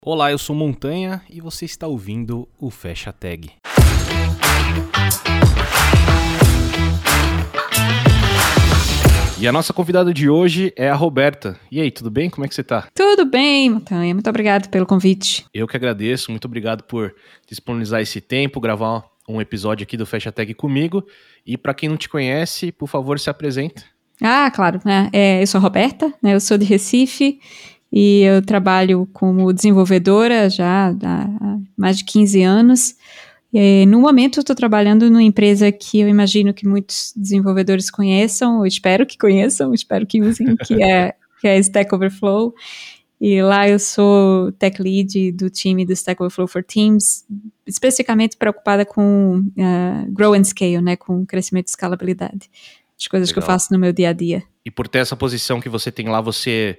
Olá, eu sou Montanha e você está ouvindo o Fecha Tag. E a nossa convidada de hoje é a Roberta. E aí, tudo bem? Como é que você tá? Tudo bem, Montanha. Muito obrigado pelo convite. Eu que agradeço. Muito obrigado por disponibilizar esse tempo, gravar um episódio aqui do Fecha Tag comigo. E para quem não te conhece, por favor, se apresenta. Claro. Eu sou a Roberta, né? Eu sou de Recife e eu trabalho como desenvolvedora já há mais de 15 anos. No momento, eu estou trabalhando numa empresa que eu imagino que muitos desenvolvedores conheçam, eu espero que conheçam, espero que usem, que é a Stack Overflow. E lá eu sou tech lead do time do Stack Overflow for Teams, especificamente preocupada com grow and scale, né, com crescimento e escalabilidade. As coisas Legal. Que eu faço no meu dia a dia. E por ter essa posição que você tem lá, você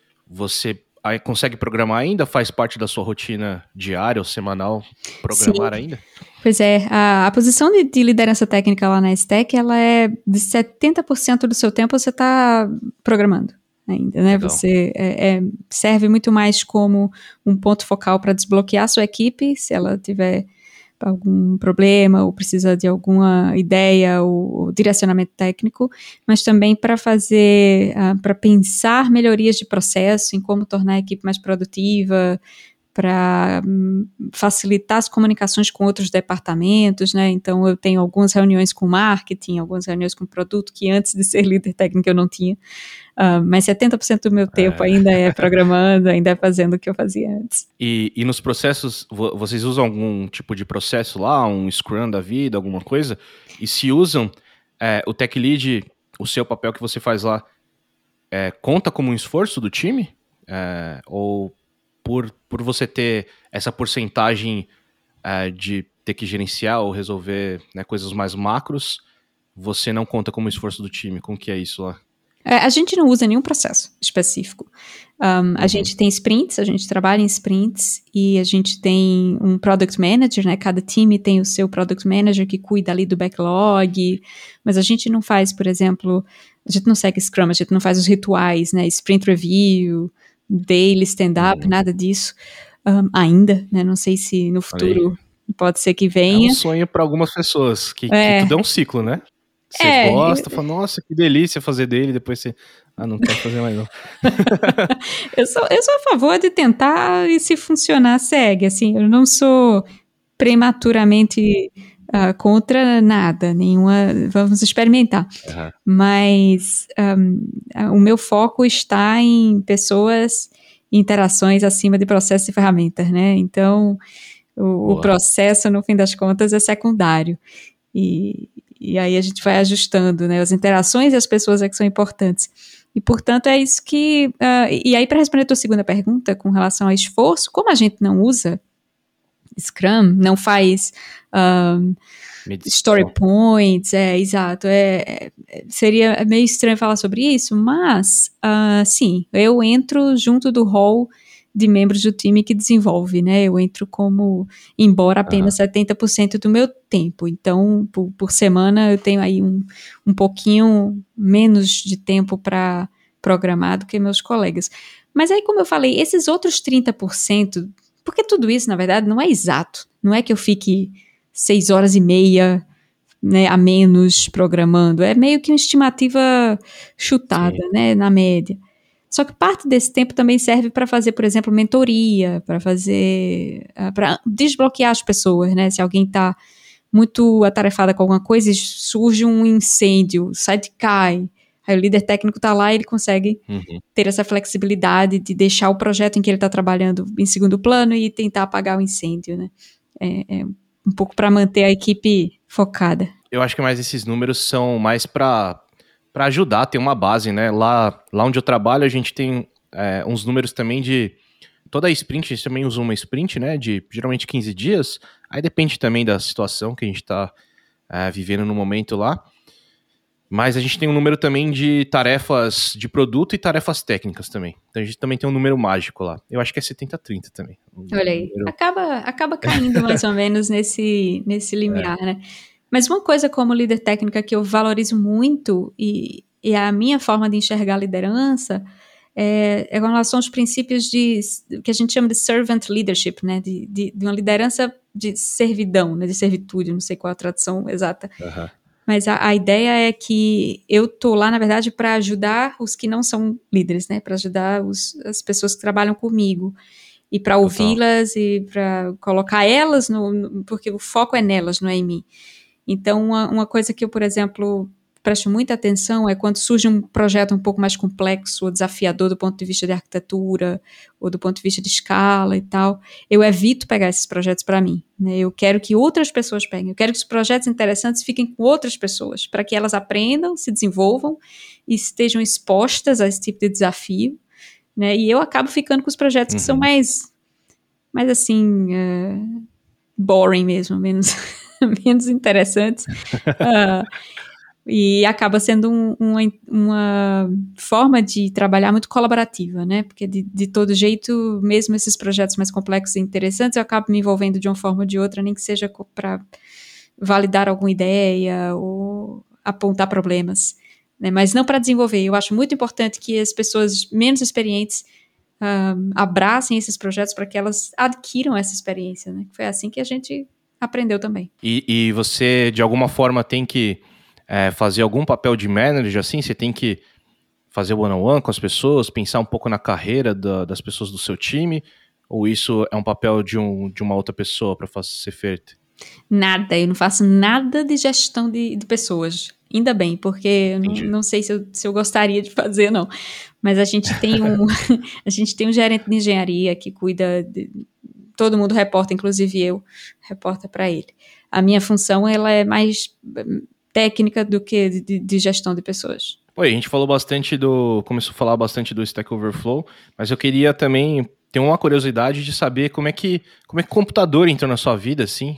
aí consegue programar ainda? Faz parte da sua rotina diária ou semanal programar Sim. ainda? Pois é, a posição de liderança técnica lá na Stack, ela é de 70% do seu tempo você está programando ainda, né? Legal. Você serve muito mais como um ponto focal para desbloquear a sua equipe, se ela tiver algum problema ou precisa de alguma ideia ou direcionamento técnico, mas também para fazer, para pensar melhorias de processo, em como tornar a equipe mais produtiva, para facilitar as comunicações com outros departamentos, né? Então eu tenho algumas reuniões com marketing, algumas reuniões com produto que antes de ser líder técnico eu não tinha, mas 70% do meu tempo ainda é programando, ainda é fazendo o que eu fazia antes. E nos processos, vocês usam algum tipo de processo lá, um Scrum da vida, alguma coisa? E se usam, o Tech Lead, o seu papel que você faz lá, conta como um esforço do time? Ou por você ter essa porcentagem de ter que gerenciar ou resolver, né, coisas mais macros, você não conta como esforço do time? Como que é isso lá? A gente não usa nenhum processo específico. A gente tem sprints, a gente trabalha em sprints e a gente tem um product manager, né? Cada time tem o seu product manager que cuida ali do backlog, mas a gente não faz, por exemplo, a gente não segue Scrum, a gente não faz os rituais, né? Sprint review, daily stand-up, nada disso ainda, né? Não sei se no futuro pode ser que venha. É um sonho para algumas pessoas, que tudo é um ciclo, né? Você gosta, fala, nossa, que delícia fazer dele, depois você, não quero fazer mais não. eu sou a favor de tentar e se funcionar, segue, assim, eu não sou prematuramente contra nada, vamos experimentar. Mas o meu foco está em pessoas e interações acima de processos e ferramentas, né? Então, o processo, no fim das contas, é secundário. E aí a gente vai ajustando, né? As interações e as pessoas é que são importantes. E, portanto, é isso que... e aí, para responder a tua segunda pergunta, com relação ao esforço, como a gente não usa Scrum, não faz story points, exato. Seria meio estranho falar sobre isso, mas, sim, eu entro junto do hall de membros do time que desenvolve, né? Eu entro embora apenas 70% do meu tempo. Então, por semana, eu tenho aí um pouquinho menos de tempo para programar do que meus colegas. Mas aí, como eu falei, esses outros 30%, porque tudo isso, na verdade, não é exato. Não é que eu fique 6 horas e meia, né, a menos programando. É meio que uma estimativa chutada, né, na média. Só que parte desse tempo também serve para fazer, por exemplo, mentoria, para desbloquear as pessoas, né? Se alguém está muito atarefada com alguma coisa e surge um incêndio, o site cai, aí o líder técnico está lá e ele consegue ter essa flexibilidade de deixar o projeto em que ele está trabalhando em segundo plano e tentar apagar o incêndio, né? É um pouco para manter a equipe focada. Eu acho que mais esses números são mais para ajudar, ter uma base, né? Lá onde eu trabalho, a gente tem uns números também de... Toda a sprint, a gente também usa uma sprint, né? De geralmente 15 dias. Aí depende também da situação que a gente está vivendo no momento lá. Mas a gente tem um número também de tarefas de produto e tarefas técnicas também. Então a gente também tem um número mágico lá. Eu acho que é 70-30 também. Olha aí, acaba caindo mais ou menos nesse limiar, né? Mas uma coisa como líder técnica que eu valorizo muito e a minha forma de enxergar a liderança com relação aos princípios que a gente chama de servant leadership, né, de uma liderança de servidão, né, de servitude, não sei qual a tradução exata. Uhum. Mas a ideia é que eu tô lá, na verdade, para ajudar os que não são líderes, né, para ajudar as pessoas que trabalham comigo. E para ouvi-las e para colocar elas porque o foco é nelas, não é em mim. Então, uma coisa que eu, por exemplo, presto muita atenção é quando surge um projeto um pouco mais complexo ou desafiador do ponto de vista de arquitetura ou do ponto de vista de escala e tal, eu evito pegar esses projetos para mim, né? Eu quero que outras pessoas peguem, eu quero que os projetos interessantes fiquem com outras pessoas, para que elas aprendam, se desenvolvam e estejam expostas a esse tipo de desafio, né? E eu acabo ficando com os projetos que são mais assim, boring mesmo, menos interessantes. E acaba sendo uma forma de trabalhar muito colaborativa, né? Porque de todo jeito, mesmo esses projetos mais complexos e interessantes, eu acabo me envolvendo de uma forma ou de outra, nem que seja para validar alguma ideia ou apontar problemas, né? Mas não para desenvolver. Eu acho muito importante que as pessoas menos experientes abracem esses projetos para que elas adquiram essa experiência, né? Foi assim que a gente aprendeu também. E você, de alguma forma, tem que fazer algum papel de manager, assim? Você tem que fazer one-on-one com as pessoas, pensar um pouco na carreira das pessoas do seu time? Ou isso é um papel de uma outra pessoa para ser feito? Nada, eu não faço nada de gestão de pessoas. Ainda bem, porque eu não sei se eu gostaria de fazer, não. Mas a gente tem a gente tem um gerente de engenharia que cuida todo mundo reporta, inclusive eu, reporta para ele. A minha função, ela é mais técnica do que de gestão de pessoas. Oi, a gente começou a falar bastante do Stack Overflow, mas eu queria também ter uma curiosidade de saber como é que o computador entrou na sua vida, assim.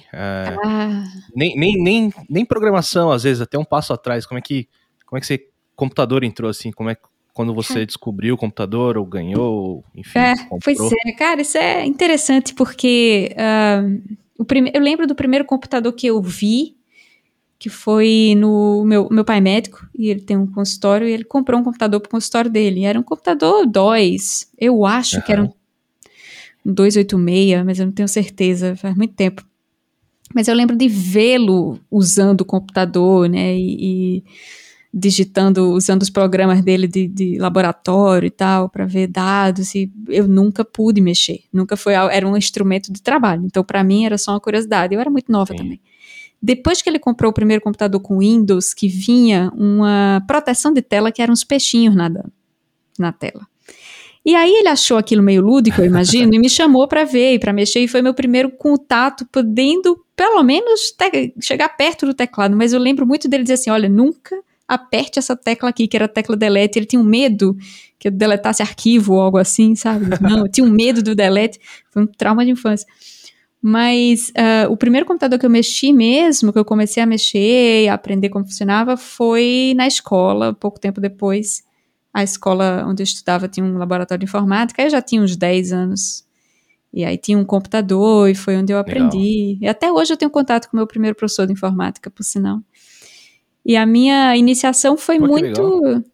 Nem programação, às vezes, até um passo atrás. Como é que computador entrou, assim? Como é que quando você descobriu o computador, ou ganhou, enfim, comprou? Pois é, cara, isso é interessante, porque eu lembro do primeiro computador que eu vi, que foi no meu pai é médico, e ele tem um consultório, e ele comprou um computador pro consultório dele. Era um computador DOS, eu acho que era um 286, mas eu não tenho certeza, faz muito tempo. Mas eu lembro de vê-lo usando o computador, né, e digitando, usando os programas dele de laboratório e tal, para ver dados, e eu nunca pude mexer, era um instrumento de trabalho, então para mim era só uma curiosidade, eu era muito nova também. Depois que ele comprou o primeiro computador com Windows, que vinha uma proteção de tela que eram uns peixinhos nadando na tela. E aí ele achou aquilo meio lúdico, eu imagino, e me chamou para ver e para mexer, e foi meu primeiro contato, podendo pelo menos chegar perto do teclado, mas eu lembro muito dele dizer assim, olha, nunca aperte essa tecla aqui, que era a tecla delete. Ele tinha um medo que eu deletasse arquivo ou algo assim, sabe? Não, eu tinha um medo do delete, foi um trauma de infância. Mas o primeiro computador que eu mexi mesmo, que eu comecei a mexer e a aprender como funcionava, foi na escola, pouco tempo depois. A escola onde eu estudava tinha um laboratório de informática, aí eu já tinha uns 10 anos. E aí tinha um computador e foi onde eu aprendi. Legal. E até hoje eu tenho contato com o meu primeiro professor de informática, por sinal. E a minha iniciação foi muito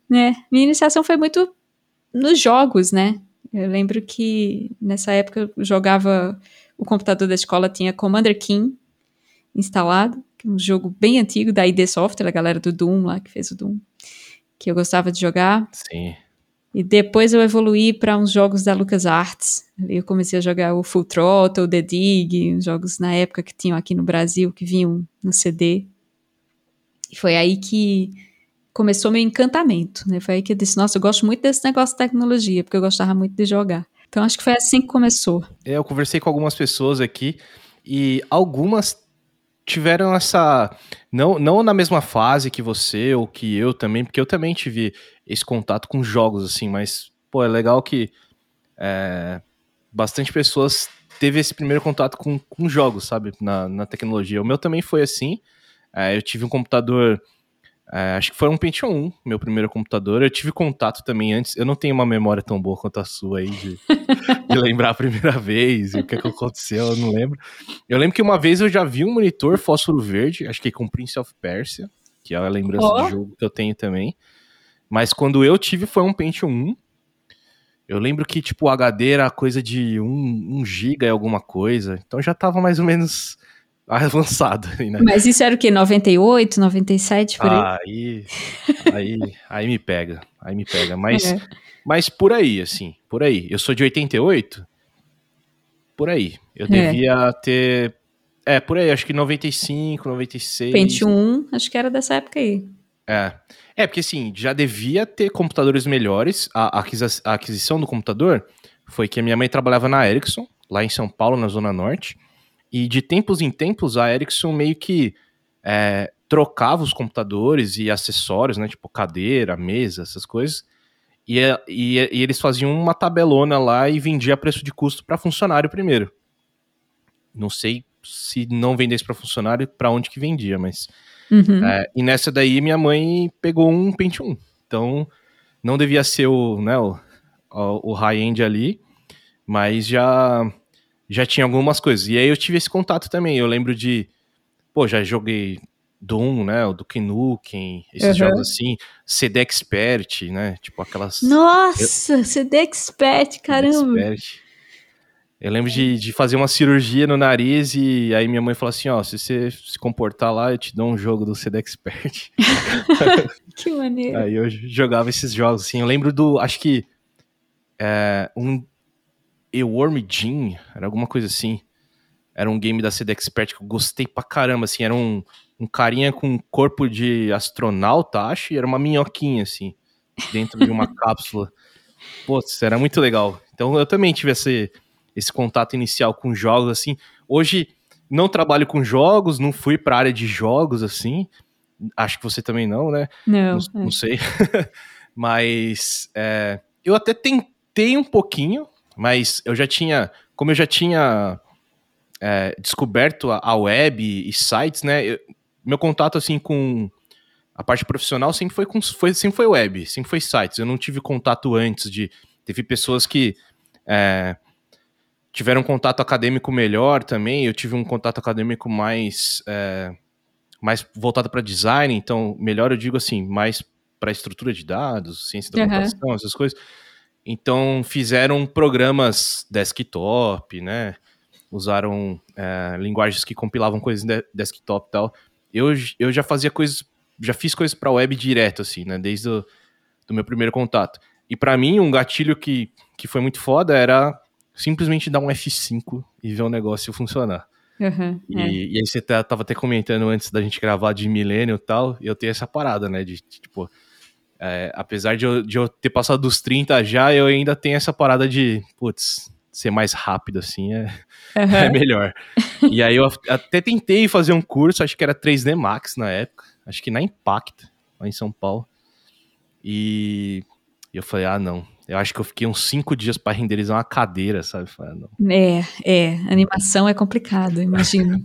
nos jogos, né? Eu lembro que nessa época eu jogava, o computador da escola tinha Commander Keen instalado, que é um jogo bem antigo da ID Software, a galera do Doom lá que fez o Doom, que eu gostava de jogar. Sim. E depois eu evoluí para uns jogos da LucasArts. Eu comecei a jogar o Full Throttle, o The Dig, uns jogos na época que tinham aqui no Brasil, que vinham no CD. E foi aí que começou meu encantamento, né? Foi aí que eu disse, nossa, eu gosto muito desse negócio de tecnologia, porque eu gostava muito de jogar. Então acho que foi assim que começou. Eu conversei com algumas pessoas aqui e algumas tiveram essa... Não na mesma fase que você ou que eu também, porque eu também tive esse contato com jogos, assim, mas, pô, é legal que bastante pessoas teve esse primeiro contato com jogos, sabe, na tecnologia. O meu também foi assim. Eu tive um computador, acho que foi um Pentium 1, meu primeiro computador. Eu tive contato também antes, eu não tenho uma memória tão boa quanto a sua aí, de lembrar a primeira vez e o que aconteceu, eu não lembro. Eu lembro que uma vez eu já vi um monitor fósforo verde, acho que com Prince of Persia, que é a lembrança de jogo que eu tenho também. Mas quando eu tive foi um Pentium 1, Eu lembro que, tipo, o HD era coisa de 1 giga e alguma coisa. Então já tava mais ou menos avançado aí, né? Mas isso era o quê? 98, 97, por aí? Aí me pega. Aí me pega. Mas por aí, assim, por aí. Eu sou de 88, por aí. Eu devia ter... por aí, acho que 95, 96... Pentium 1, acho que era dessa época aí. Porque assim, já devia ter computadores melhores. A aquisição do computador foi que a minha mãe trabalhava na Ericsson, lá em São Paulo, na Zona Norte. E de tempos em tempos, a Ericsson meio que trocava os computadores e acessórios, né? Tipo cadeira, mesa, essas coisas. E eles faziam uma tabelona lá e vendia a preço de custo para funcionário primeiro. Não sei se não vendesse para funcionário, para onde que vendia, mas... e nessa daí, minha mãe pegou um Pentium 1. Então, não devia ser o high-end ali, mas já tinha algumas coisas. E aí eu tive esse contato também. Eu lembro já joguei Doom, né? O Duke Nukem, esses jogos assim, CD Expert, né? Tipo aquelas... Nossa, CD Expert, caramba! CD Expert. Eu lembro de fazer uma cirurgia no nariz e aí minha mãe falou assim, se você se comportar lá, eu te dou um jogo do CD Expert. Que maneiro. Aí eu jogava esses jogos, assim. Eu lembro acho que um Eworm Jim, era alguma coisa assim. Era um game da CD Expert que eu gostei pra caramba, assim. Era um carinha com um corpo de astronauta, acho, e era uma minhoquinha, assim, dentro de uma cápsula. Putz, era muito legal. Então eu também tive esse contato inicial com jogos, assim. Hoje não trabalho com jogos, não fui pra área de jogos, assim. Acho que você também não, né? Não sei. Mas eu até tentei um pouquinho, mas como eu já tinha descoberto a web e sites, né? Meu contato, assim, com a parte profissional sempre foi web, sempre foi sites. Eu não tive contato antes teve pessoas que tiveram um contato acadêmico melhor também. Eu tive um contato acadêmico mais voltado para design, então melhor eu digo assim, mais para estrutura de dados, ciência da computação, essas coisas. Então fizeram programas desktop, né? Usaram linguagens que compilavam coisas desktop e tal. Eu já fazia coisas, já fiz coisas para web direto, assim, né? Desde do meu primeiro contato. E para mim, um gatilho que foi muito foda era simplesmente dar um F5 e ver o negócio funcionar. E aí você tava até comentando antes da gente gravar de Millennium e tal, e eu tenho essa parada, né, tipo, apesar de eu ter passado dos 30 já, eu ainda tenho essa parada de, ser mais rápido, assim, é melhor. E aí eu até tentei fazer um curso, acho que era 3D Max na época, acho que na Impact, lá em São Paulo. E eu falei, não, eu acho que eu fiquei uns 5 dias para renderizar uma cadeira, sabe? Falei, não. Animação é complicado, imagino.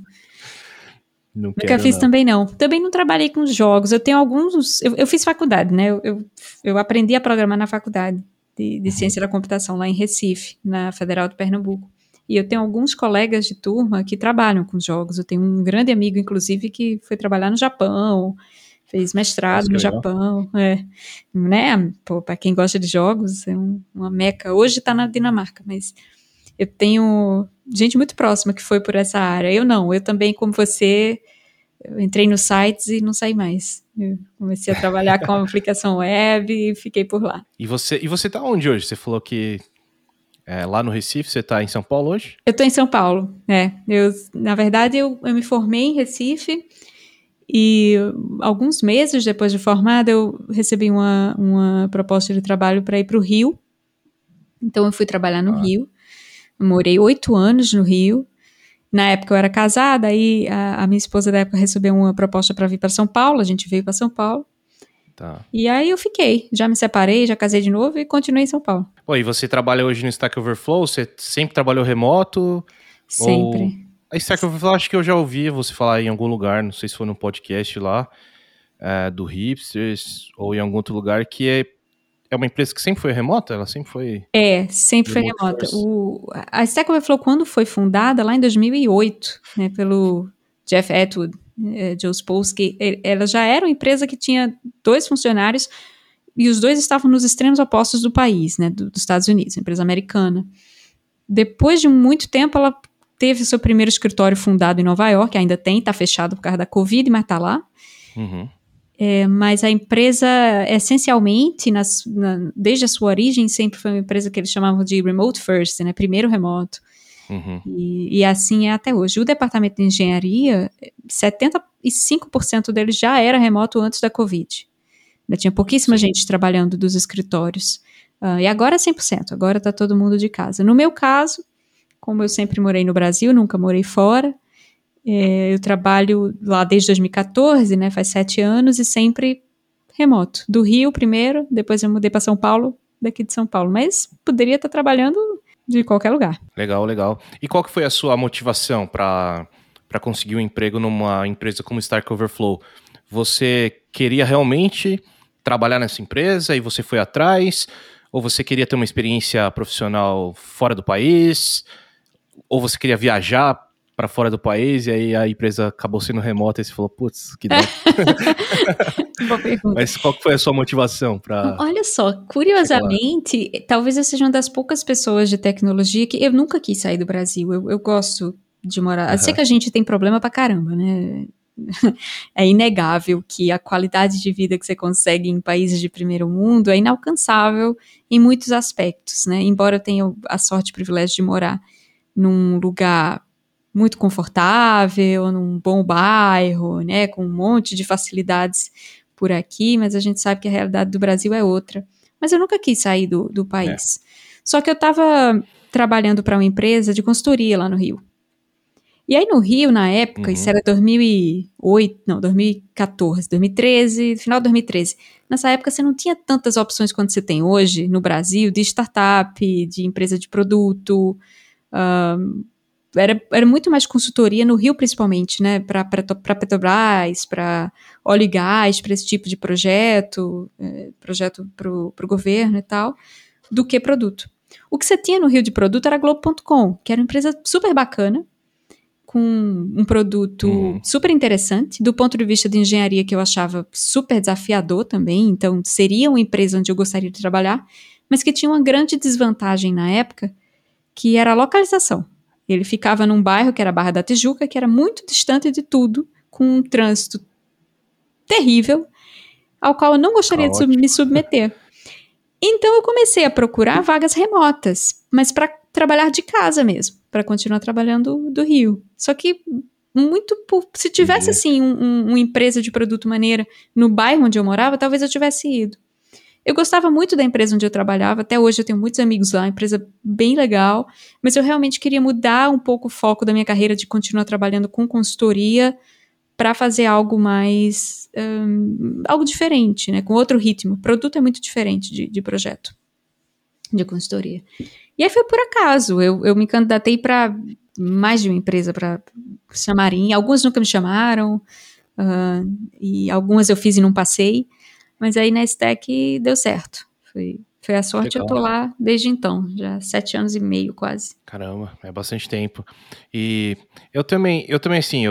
Nunca fiz também não. Também não trabalhei com jogos. Eu tenho alguns... Eu fiz faculdade, né? Eu aprendi a programar na faculdade de Ciência da Computação, lá em Recife, na Federal de Pernambuco. E eu tenho alguns colegas de turma que trabalham com jogos. Eu tenho um grande amigo, inclusive, que foi trabalhar no Japão, fez mestrado no Japão. Né? Para quem gosta de jogos, é uma meca. Hoje está na Dinamarca, mas eu tenho gente muito próxima que foi por essa área. Eu também, como você, eu entrei nos sites e não saí mais. Eu comecei a trabalhar com a aplicação web e fiquei por lá. E você tá onde hoje? Você falou que lá no Recife, você tá em São Paulo hoje? Eu tô em São Paulo, na verdade, eu me formei em Recife e alguns meses depois de formada eu recebi uma proposta de trabalho para ir para o Rio. Então eu fui trabalhar no Rio. Eu morei 8 anos no Rio. Na época eu era casada, aí a minha esposa da época recebeu uma proposta para vir para São Paulo, a gente veio para São Paulo. Tá. E aí eu fiquei, já me separei, já casei de novo e continuei em São Paulo. Pô, e você trabalha hoje no Stack Overflow? Você sempre trabalhou remoto? Sempre. A Stack Overflow, acho que eu já ouvi você falar em algum lugar, não sei se foi no podcast lá, do Hipsters, ou em algum outro lugar, que é uma empresa que sempre foi remota? Ela sempre foi... sempre foi remota. A Stack Overflow, quando foi fundada, lá em 2008, né, pelo Jeff Atwood, Joe Spolsky, ela já era uma empresa que tinha 2 funcionários e os dois estavam nos extremos opostos do país, né, dos Estados Unidos, empresa americana. Depois de muito tempo, ela teve seu primeiro escritório fundado em Nova York, ainda tem, está fechado por causa da Covid, mas está lá. Uhum. Mas a empresa, essencialmente, desde a sua origem, sempre foi uma empresa que eles chamavam de remote first, né, primeiro remoto. Uhum. E assim é até hoje. O departamento de engenharia, 75% dele já era remoto antes da Covid. Ainda tinha pouquíssima gente trabalhando dos escritórios. E agora é 100%, agora está todo mundo de casa. No meu caso, como eu sempre morei no Brasil, nunca morei fora, eu trabalho lá desde 2014, né, faz 7 anos, e sempre remoto. Do Rio primeiro, depois eu mudei para São Paulo, daqui de São Paulo. Mas poderia estar trabalhando de qualquer lugar. Legal, legal. E qual que foi a sua motivação para conseguir um emprego numa empresa como Stack Overflow? Você queria realmente trabalhar nessa empresa e você foi atrás? Ou você queria ter uma experiência profissional fora do país? Ou você queria viajar para fora do país e aí a empresa acabou sendo remota e você falou, putz, que dó. Boa pergunta. Mas qual que foi a sua motivação para... Olha só, curiosamente, talvez eu seja uma das poucas pessoas de tecnologia que eu nunca quis sair do Brasil. Eu gosto de morar... Eu sei que a gente tem problema pra caramba, né? É inegável que a qualidade de vida que você consegue em países de primeiro mundo é inalcançável em muitos aspectos, né? Embora eu tenha a sorte e o privilégio de morar num lugar muito confortável, num bom bairro, né? Com um monte de facilidades por aqui, mas a gente sabe que a realidade do Brasil é outra. Mas eu nunca quis sair do país. Só que eu estava trabalhando para uma empresa de consultoria lá no Rio. E aí no Rio, na época, isso era 2014, 2013, final de 2013. Nessa época você não tinha tantas opções quanto você tem hoje no Brasil, de startup, de empresa de produto. Era muito mais consultoria no Rio, principalmente, né? Para Petrobras, para óleo e gás, para esse tipo de projeto para o governo e tal, do que produto. O que você tinha no Rio de produto era a Globo.com, que era uma empresa super bacana, com um produto super interessante, do ponto de vista de engenharia, que eu achava super desafiador também, então seria uma empresa onde eu gostaria de trabalhar, mas que tinha uma grande desvantagem na época, que era a localização. Ele ficava num bairro que era a Barra da Tijuca, que era muito distante de tudo, com um trânsito terrível, ao qual eu não gostaria de me submeter. Então eu comecei a procurar vagas remotas, mas para trabalhar de casa mesmo, para continuar trabalhando do Rio. Só que se tivesse assim uma empresa de produto maneira no bairro onde eu morava, talvez eu tivesse ido. Eu gostava muito da empresa onde eu trabalhava, até hoje eu tenho muitos amigos lá, uma empresa bem legal, mas eu realmente queria mudar um pouco o foco da minha carreira de continuar trabalhando com consultoria para fazer algo mais, algo diferente, né, com outro ritmo. O produto é muito diferente de projeto, de consultoria. E aí foi por acaso, eu me candidatei para mais de uma empresa para chamarem, algumas nunca me chamaram, e algumas eu fiz e não passei, mas aí na Stack deu certo. Foi a sorte, legal. Eu tô lá desde então, já 7 anos e meio quase. Caramba, é bastante tempo. E eu também assim,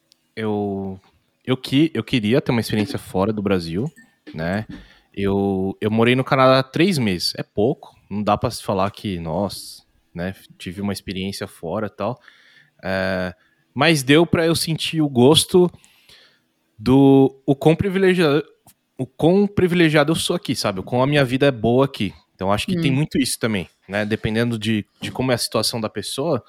eu queria ter uma experiência fora do Brasil, né? Eu morei no Canadá 3 meses, é pouco, não dá pra se falar que, nossa, né, tive uma experiência fora e tal, mas deu pra eu sentir o gosto o quão privilegiado eu sou aqui, sabe? O quão a minha vida é boa aqui. Então acho que tem muito isso também, né? Dependendo de como é a situação da pessoa,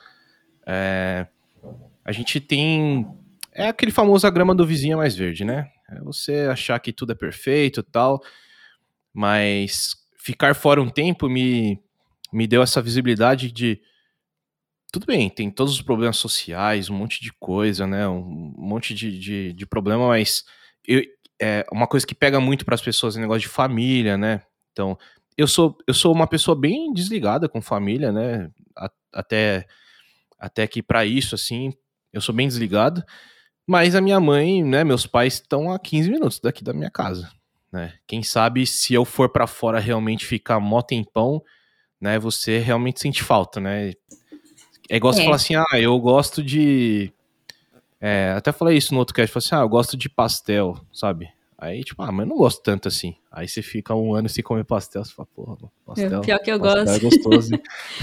a gente tem... É aquele famoso a grama do vizinho é mais verde, né? É você achar que tudo é perfeito e tal, mas ficar fora um tempo me deu essa visibilidade de... Tudo bem, tem todos os problemas sociais, um monte de coisa, né? Um monte de problema, mas uma coisa que pega muito para as pessoas é o negócio de família, né? Então, eu sou uma pessoa bem desligada com família, né? Até que para isso, assim, eu sou bem desligado. Mas a minha mãe, né, meus pais estão a 15 minutos daqui da minha casa, né? Quem sabe se eu for para fora realmente ficar mó tempão, né, você realmente sente falta, né? É igual você falar assim, eu gosto de... até falei isso no outro cast, falei assim, eu gosto de pastel, sabe? Aí, tipo, mas eu não gosto tanto assim. Aí você fica um ano sem comer pastel, você fala, porra, pastel, Pior que eu pastel gosto. é gostoso.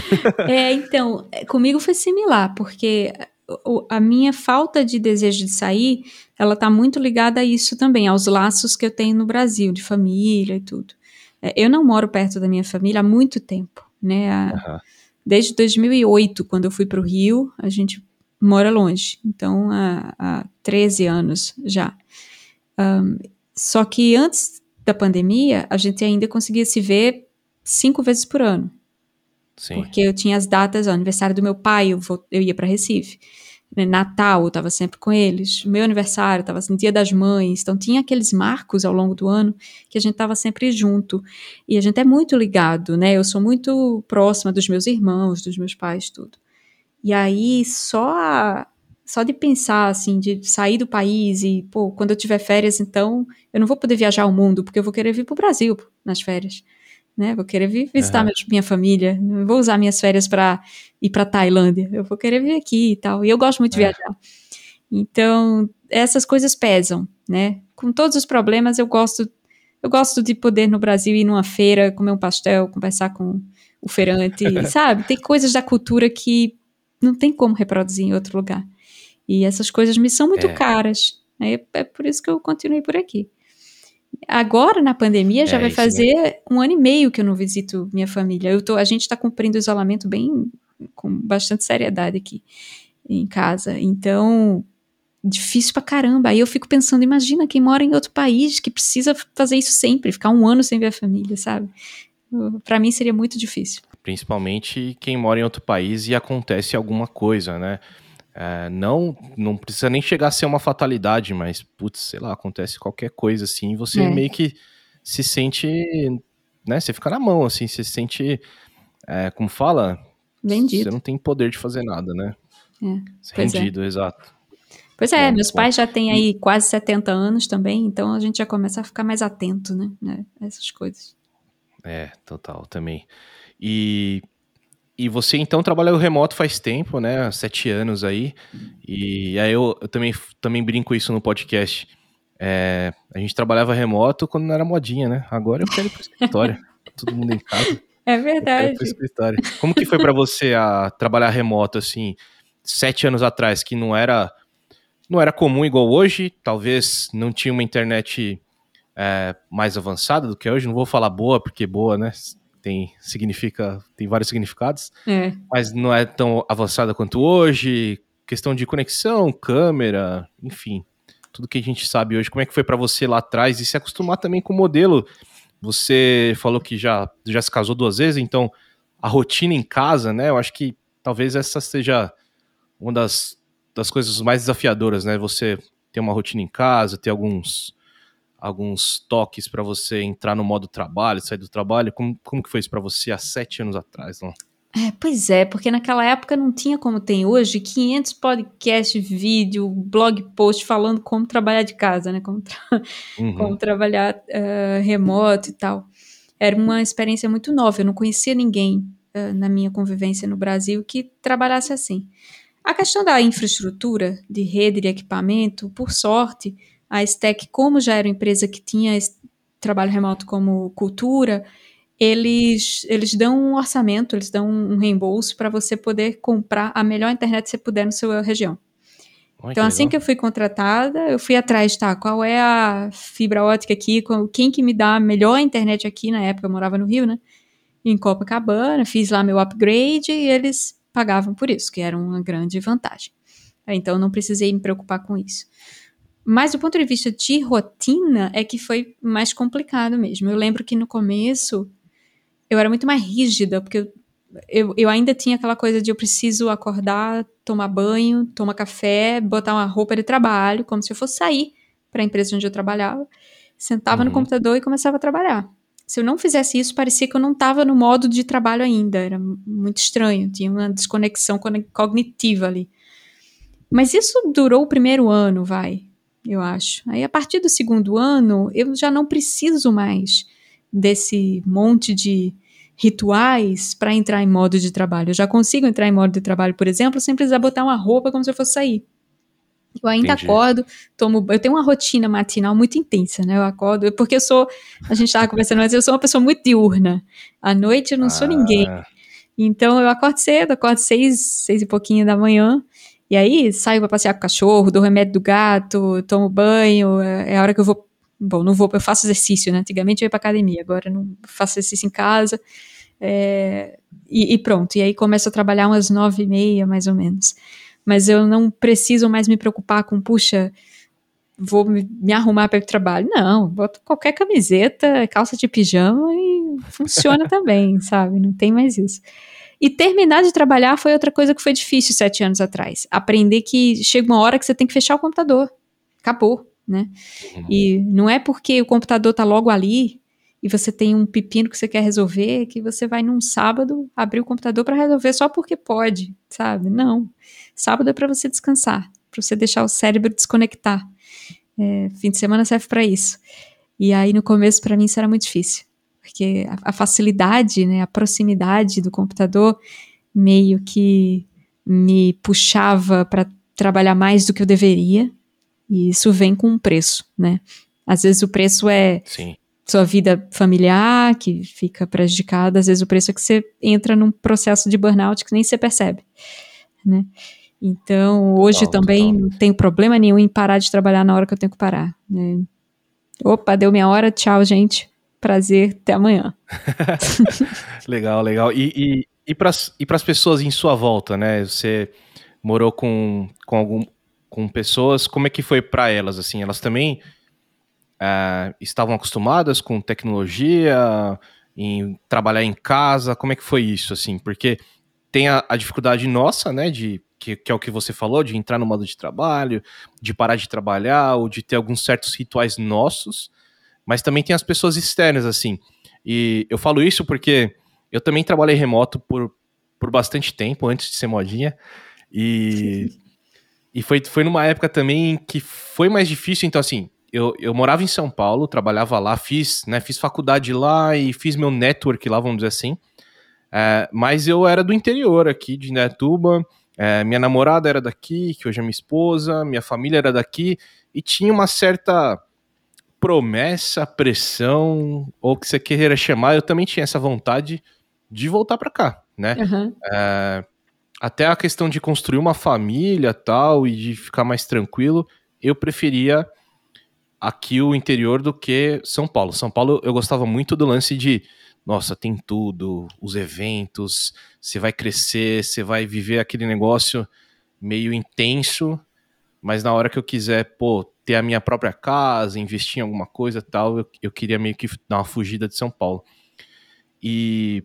Então, comigo foi similar, porque a minha falta de desejo de sair, ela tá muito ligada a isso também, aos laços que eu tenho no Brasil, de família e tudo. Eu não moro perto da minha família há muito tempo, né? Desde 2008, quando eu fui para o Rio, a gente mora longe. Então, há 13 anos já. Só que antes da pandemia, a gente ainda conseguia se ver 5 vezes por ano. Sim. Porque eu tinha as datas, aniversário do meu pai, eu ia para Recife. Natal, eu estava sempre com eles. Meu aniversário, estava no Dia das Mães. Então, tinha aqueles marcos ao longo do ano que a gente estava sempre junto. E a gente é muito ligado, né? Eu sou muito próxima dos meus irmãos, dos meus pais, tudo. E aí, só de pensar, assim, de sair do país e, pô, quando eu tiver férias, então, eu não vou poder viajar ao mundo, porque eu vou querer vir pro Brasil nas férias. Né? Vou querer vir visitar minha família, não vou usar minhas férias para ir para Tailândia, eu vou querer vir aqui e tal, e eu gosto muito de viajar. Então, essas coisas pesam, né? Com todos os problemas, eu gosto de poder no Brasil ir numa feira, comer um pastel, conversar com o feirante, sabe? Tem coisas da cultura que não tem como reproduzir em outro lugar. E essas coisas me são muito caras. Né? É por isso que eu continuei por aqui. Agora, na pandemia, já vai fazer 1 ano e meio que eu não visito minha família. A gente está cumprindo o isolamento com bastante seriedade aqui em casa. Então, difícil pra caramba. Aí eu fico pensando, imagina quem mora em outro país que precisa fazer isso sempre, ficar 1 ano sem ver a família, sabe? Pra mim seria muito difícil. Principalmente quem mora em outro país e acontece alguma coisa, né? Não precisa nem chegar a ser uma fatalidade, mas, putz, sei lá, acontece qualquer coisa assim, você meio que se sente, né, você fica na mão, assim, você se sente, como fala? Vendido. Você não tem poder de fazer nada, né? Rendido, exato. Pois é, meus pais já têm aí quase 70 anos também, então a gente já começa a ficar mais atento, né, essas coisas. Total, também. E você, então, trabalha remoto faz tempo, né? 7 anos aí. E aí eu também brinco isso no podcast. A gente trabalhava remoto quando não era modinha, né? Agora eu quero ir pro escritório. Todo mundo em casa. É verdade. Eu quero ir pro escritório. Como que foi pra você trabalhar remoto, assim, 7 anos atrás, que não era comum igual hoje? Talvez não tinha uma internet mais avançada do que hoje. Não vou falar boa, porque boa, né? Tem vários significados, mas não é tão avançada quanto hoje, questão de conexão, câmera, enfim, tudo que a gente sabe hoje. Como é que foi para você lá atrás e se acostumar também com o modelo? Você falou que já se casou 2 vezes, então a rotina em casa, né, eu acho que talvez essa seja uma das coisas mais desafiadoras, né, você ter uma rotina em casa, ter alguns toques para você entrar no modo trabalho, sair do trabalho. Como que foi isso para você há 7 anos atrás? Não? Pois é, porque naquela época não tinha como tem hoje 500 podcasts, vídeo, blog post falando como trabalhar de casa, né? Como trabalhar remoto e tal. Era uma experiência muito nova, eu não conhecia ninguém na minha convivência no Brasil que trabalhasse assim. A questão da infraestrutura, de rede, de equipamento, por sorte, a Stack, como já era uma empresa que tinha trabalho remoto como cultura, eles dão um orçamento, eles dão um reembolso para você poder comprar a melhor internet que você puder na sua região. Então, assim que eu fui contratada, eu fui atrás, qual é a fibra ótica aqui, quem que me dá a melhor internet aqui, na época eu morava no Rio, né, em Copacabana, fiz lá meu upgrade e eles pagavam por isso, que era uma grande vantagem. Então, eu não precisei me preocupar com isso. Mas do ponto de vista de rotina, é que foi mais complicado mesmo. Eu lembro que no começo eu era muito mais rígida, porque eu ainda tinha aquela coisa de eu preciso acordar, tomar banho, tomar café, botar uma roupa de trabalho, como se eu fosse sair para a empresa onde eu trabalhava, sentava no computador e começava a trabalhar. Se eu não fizesse isso, parecia que eu não estava no modo de trabalho ainda, era muito estranho, tinha uma desconexão cognitiva ali. Mas isso durou o primeiro ano, eu acho. Aí, a partir do segundo ano, eu já não preciso mais desse monte de rituais para entrar em modo de trabalho. Eu já consigo entrar em modo de trabalho, por exemplo, sem precisar botar uma roupa como se eu fosse sair. Eu ainda acordo, eu tenho uma rotina matinal muito intensa, né? Eu acordo, porque a gente estava conversando, mas eu sou uma pessoa muito diurna. À noite eu não sou ninguém. Então eu acordo cedo, acordo 6 e pouquinho da manhã, e aí saio para passear com o cachorro, dou remédio do gato, tomo banho, é a hora que eu vou. Bom, não vou, eu faço exercício, né? Antigamente eu ia pra academia, agora eu não faço exercício em casa. E pronto, e aí começo a trabalhar umas 9h30, mais ou menos. Mas eu não preciso mais me preocupar com, puxa, vou me arrumar para ir pro trabalho. Não, boto qualquer camiseta, calça de pijama e funciona também, sabe? Não tem mais isso. E terminar de trabalhar foi outra coisa que foi difícil 7 anos atrás. Aprender que chega uma hora que você tem que fechar o computador. Acabou, né? E não é porque o computador tá logo ali e você tem um pepino que você quer resolver que você vai num sábado abrir o computador para resolver só porque pode, sabe? Não. Sábado é para você descansar, para você deixar o cérebro desconectar. Fim de semana serve para isso. E aí no começo para mim isso era muito difícil, porque a facilidade, né, a proximidade do computador meio que me puxava para trabalhar mais do que eu deveria, e isso vem com um preço, né? Às vezes o preço é sua vida familiar, que fica prejudicada, às vezes o preço é que você entra num processo de burnout que nem você percebe, né? Então, hoje também não tenho problema nenhum em parar de trabalhar na hora que eu tenho que parar, né? Opa, deu minha hora, tchau, gente. Prazer, até amanhã. Legal. E para as pessoas em sua volta, né? Você morou com pessoas, como é que foi para elas, assim? Elas também estavam acostumadas com tecnologia, em trabalhar em casa? Como é que foi isso, assim? Porque tem a dificuldade nossa, né, que é o que você falou, de entrar no modo de trabalho, de parar de trabalhar, ou de ter alguns certos rituais nossos, mas também tem as pessoas externas, assim. E eu falo isso porque eu também trabalhei remoto por bastante tempo, antes de ser modinha, e foi numa época também que foi mais difícil. Então, assim, eu morava em São Paulo, trabalhava lá, fiz faculdade lá e fiz meu network lá, vamos dizer assim. Mas eu era do interior aqui, de Indaiatuba. Minha namorada era daqui, que hoje é minha esposa, minha família era daqui, e tinha uma certa promessa, pressão, ou o que você queira chamar. Eu também tinha essa vontade de voltar para cá, né? Uhum. Até a questão de construir uma família tal, e de ficar mais tranquilo, eu preferia aqui o interior do que São Paulo. São Paulo eu gostava muito do lance de, nossa, tem tudo, os eventos, você vai crescer, você vai viver aquele negócio meio intenso, mas na hora que eu quiser, ter a minha própria casa, investir em alguma coisa e tal, eu queria meio que dar uma fugida de São Paulo. E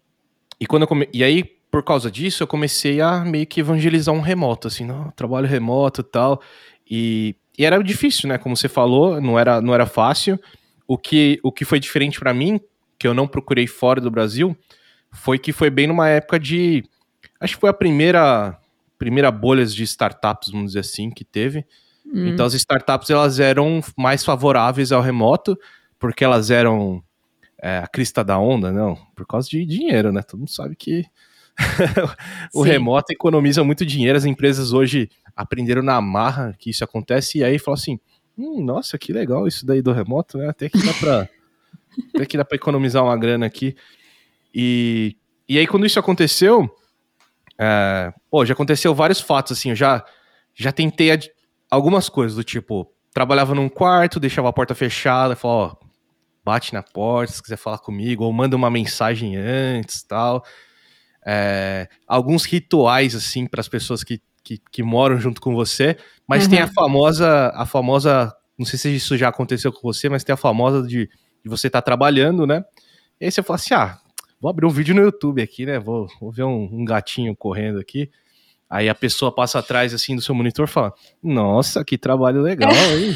aí, por causa disso, eu comecei a meio que evangelizar um remoto, assim, não, trabalho remoto e tal, e era difícil, né, como você falou, não era fácil. O que foi diferente para mim, que eu não procurei fora do Brasil, foi que foi bem numa época de... Acho que foi a primeira bolha de startups, vamos dizer assim, que teve. Então as startups, elas eram mais favoráveis ao remoto, porque elas eram a crista da onda, não, por causa de dinheiro, né? Todo mundo sabe que o remoto economiza muito dinheiro. As empresas hoje aprenderam na marra que isso acontece, e aí falam assim, nossa, que legal isso daí do remoto, né? Até que dá pra economizar uma grana aqui. E aí, quando isso aconteceu, já aconteceu vários fatos, assim, eu já tentei algumas coisas, do tipo, trabalhava num quarto, deixava a porta fechada, falava, bate na porta se quiser falar comigo, ou manda uma mensagem antes, tal. Alguns rituais, assim, para as pessoas que moram junto com você, mas tem a famosa, não sei se isso já aconteceu com você, mas tem a famosa de você estar trabalhando, né? E aí você fala assim, vou abrir um vídeo no YouTube aqui, né? Vou ver um gatinho correndo aqui. Aí a pessoa passa atrás, assim, do seu monitor e fala, nossa, que trabalho legal, hein?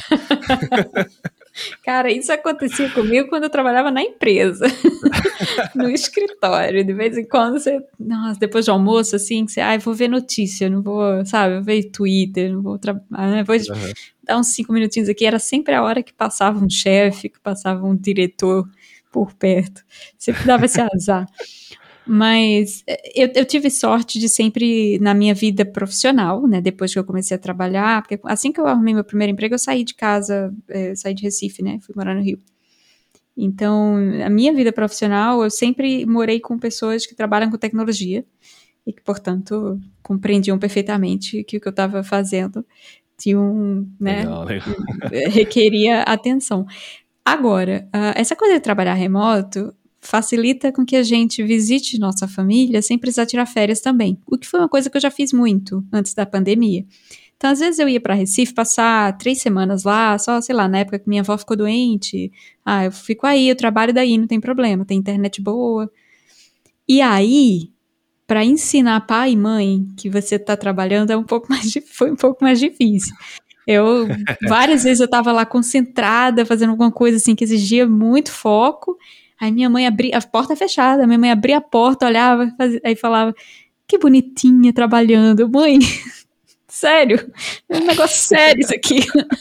Cara, isso acontecia comigo quando eu trabalhava na empresa, no escritório. De vez em quando você, nossa, depois do almoço, assim, que você, vou ver notícia, não vou, sabe, vou ver Twitter, não vou trabalhar, vou dar uns 5 minutinhos aqui. Era sempre a hora que passava um chefe, que passava um diretor por perto. Sempre dava esse azar. Mas eu tive sorte de sempre, na minha vida profissional, né, depois que eu comecei a trabalhar, porque assim que eu arrumei meu primeiro emprego, eu saí de casa, saí de Recife, né, fui morar no Rio. Então, a minha vida profissional, eu sempre morei com pessoas que trabalham com tecnologia e que, portanto, compreendiam perfeitamente que o que eu estava fazendo tinha Legal. requeria atenção. Agora, essa coisa de trabalhar remoto facilita com que a gente visite nossa família sem precisar tirar férias também, o que foi uma coisa que eu já fiz muito antes da pandemia. Então, às vezes eu ia para Recife passar 3 semanas lá, só, sei lá, na época que minha avó ficou doente. Eu fico aí, eu trabalho daí, não tem problema, tem internet boa. E aí, para ensinar pai e mãe que você está trabalhando foi um pouco mais difícil. Várias vezes eu estava lá concentrada, fazendo alguma coisa assim que exigia muito foco. Aí minha mãe abria, a porta fechada, minha mãe abria a porta, olhava, aí falava, que bonitinha trabalhando. Mãe, sério, é um negócio sério isso aqui.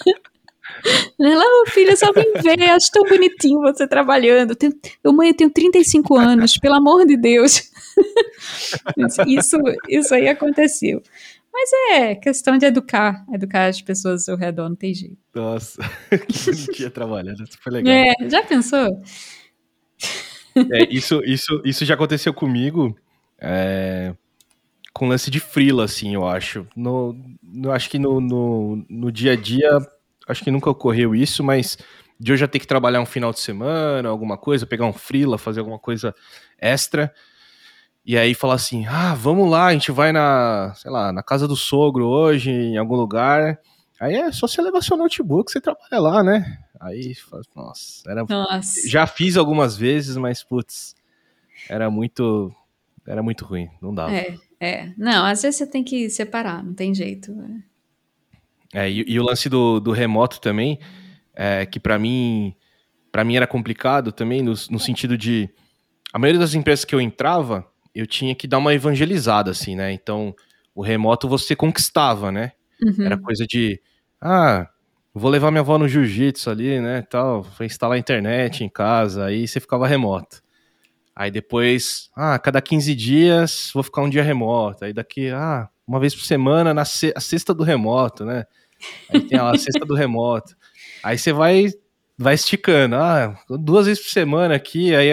Ela, filha, só vem ver, acho tão bonitinho você trabalhando. Mãe, eu tenho 35 anos, pelo amor de Deus. Isso aí aconteceu. Mas é questão de educar as pessoas ao seu redor, não tem jeito. Nossa, que bonitinha trabalhando, isso foi legal. Já pensou? Isso já aconteceu comigo com lance de freela, assim, eu acho. Acho que no dia a dia, acho que nunca ocorreu isso, mas de eu já ter que trabalhar um final de semana, alguma coisa, pegar um freela, fazer alguma coisa extra, e aí falar assim, vamos lá, a gente vai na casa do sogro hoje, em algum lugar. Aí é só você levar seu notebook, você trabalha lá, né? Aí, nossa. Já fiz algumas vezes, mas, putz, era muito ruim, não dava. Não, às vezes você tem que separar, não tem jeito. E o lance do remoto também, que pra mim era complicado também, no sentido de, a maioria das empresas que eu entrava, eu tinha que dar uma evangelizada, assim, né? Então, o remoto você conquistava, né? Uhum. Era coisa de, vou levar minha avó no jiu-jitsu ali, né, tal, vou instalar a internet em casa, aí você ficava remoto. Aí depois, cada 15 dias vou ficar um dia remoto. Aí daqui, uma vez por semana, a sexta do remoto, né? Aí tem a sexta do remoto. Aí você vai esticando, 2 vezes por semana aqui, aí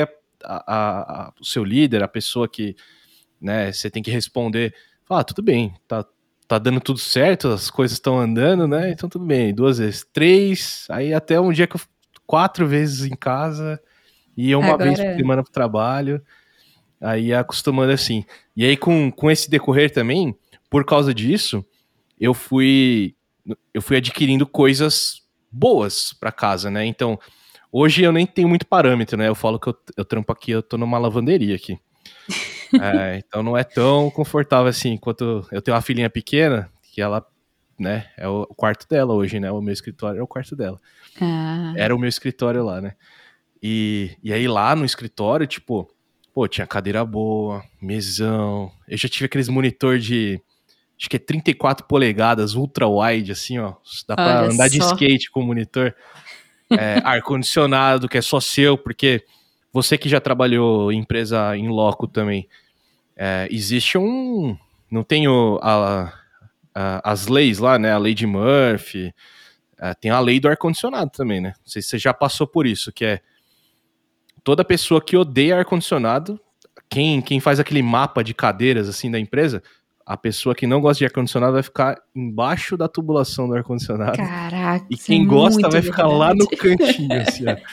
o seu líder, a pessoa que, né, você tem que responder, fala, tudo bem, tá dando tudo certo, as coisas estão andando, né, então tudo bem, 2 vezes, 3, aí até um dia que eu 4 vezes em casa, ia uma vez por semana pro trabalho, aí acostumando assim. E aí com esse decorrer também, por causa disso, eu fui adquirindo coisas boas pra casa, né, então... Hoje eu nem tenho muito parâmetro, né? Eu falo que eu trampo aqui, eu tô numa lavanderia aqui. Então não é tão confortável assim, quanto eu tenho uma filhinha pequena, que ela, né, é o quarto dela hoje, né? O meu escritório é o quarto dela. Era o meu escritório lá, né? E aí lá no escritório, tipo, tinha cadeira boa, mesão. Eu já tive aqueles monitor de, acho que é 34 polegadas, ultra wide, assim, ó. Dá pra andar de skate com o monitor. Ar-condicionado, que é só seu, porque você que já trabalhou em empresa em loco também, existe não tem as leis lá, né, a lei de Murphy, tem a lei do ar-condicionado também, né, não sei se você já passou por isso, que é toda pessoa que odeia ar-condicionado, quem faz aquele mapa de cadeiras, assim, da empresa... A pessoa que não gosta de ar-condicionado vai ficar embaixo da tubulação do ar-condicionado. Caraca, e quem gosta vai ficar lá no cantinho, assim, ó.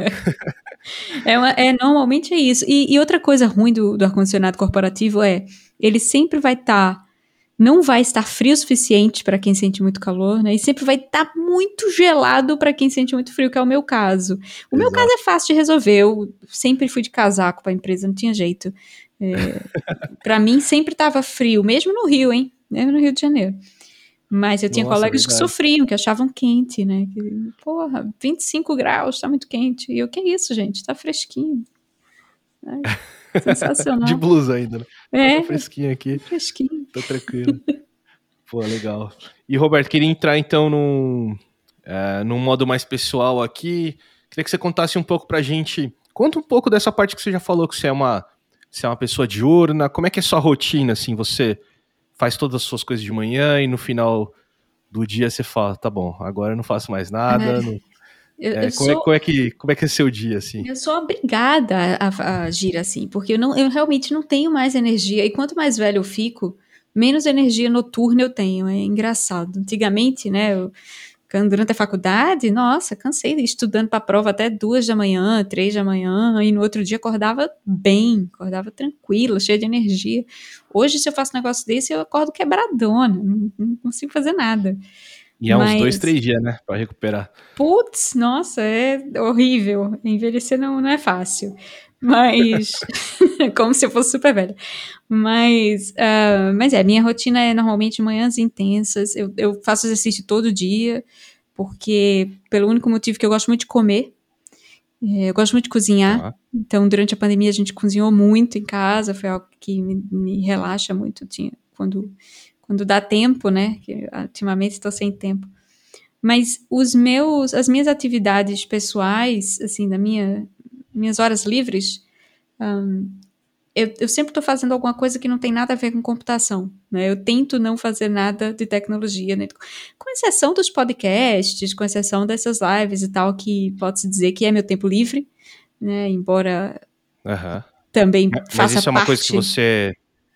Normalmente é isso. E outra coisa ruim do ar-condicionado corporativo ele sempre não vai estar frio o suficiente para quem sente muito calor, né? E sempre vai estar muito gelado para quem sente muito frio, que é o meu caso. O meu caso é fácil de resolver. Eu sempre fui de casaco para a empresa, não tinha jeito. Para mim sempre estava frio, mesmo no Rio, hein? Mesmo no Rio de Janeiro. Mas eu tinha colegas que sofriam, que achavam quente, né? Que, 25 graus, tá muito quente. E o que é isso, gente? Tá fresquinho. Sensacional. De blusa ainda, né? Tá fresquinho aqui. Fresquinho. Tô tranquilo. Legal. E, Roberto, queria entrar então num modo mais pessoal aqui. Queria que você contasse um pouco pra gente. Conta um pouco dessa parte que você já falou, que você Você é uma pessoa diurna? Como é que é sua rotina, assim? Você faz todas as suas coisas de manhã e no final do dia você fala, tá bom, agora eu não faço mais nada. Como é que é seu dia, assim? Eu sou obrigada a agir assim, porque eu realmente não tenho mais energia. E quanto mais velho eu fico, menos energia noturna eu tenho. É engraçado. Antigamente, né, durante a faculdade, nossa, cansei estudando para a prova até 2 da manhã, 3 da manhã, e no outro dia acordava bem, acordava tranquila, cheia de energia. Hoje, se eu faço um negócio desse, eu acordo quebradona, não consigo fazer nada. E é uns 2, 3 dias, né, pra recuperar. Putz, nossa, é horrível. Envelhecer não é fácil. Mas, como se eu fosse super velha. Mas minha rotina é normalmente manhãs intensas. Eu faço exercício todo dia, porque pelo único motivo que eu gosto muito de comer. Eu gosto muito de cozinhar. Então, durante a pandemia, a gente cozinhou muito em casa. Foi algo que me relaxa muito. Quando dá tempo, né? Que, ultimamente estou sem tempo. Mas as minhas atividades pessoais, assim, minhas horas livres, eu sempre estou fazendo alguma coisa que não tem nada a ver com computação, né? Eu tento não fazer nada de tecnologia, né? Com exceção dos podcasts, com exceção dessas lives e tal, que pode-se dizer que é meu tempo livre, né? Embora também faça parte... Mas isso é uma coisa que você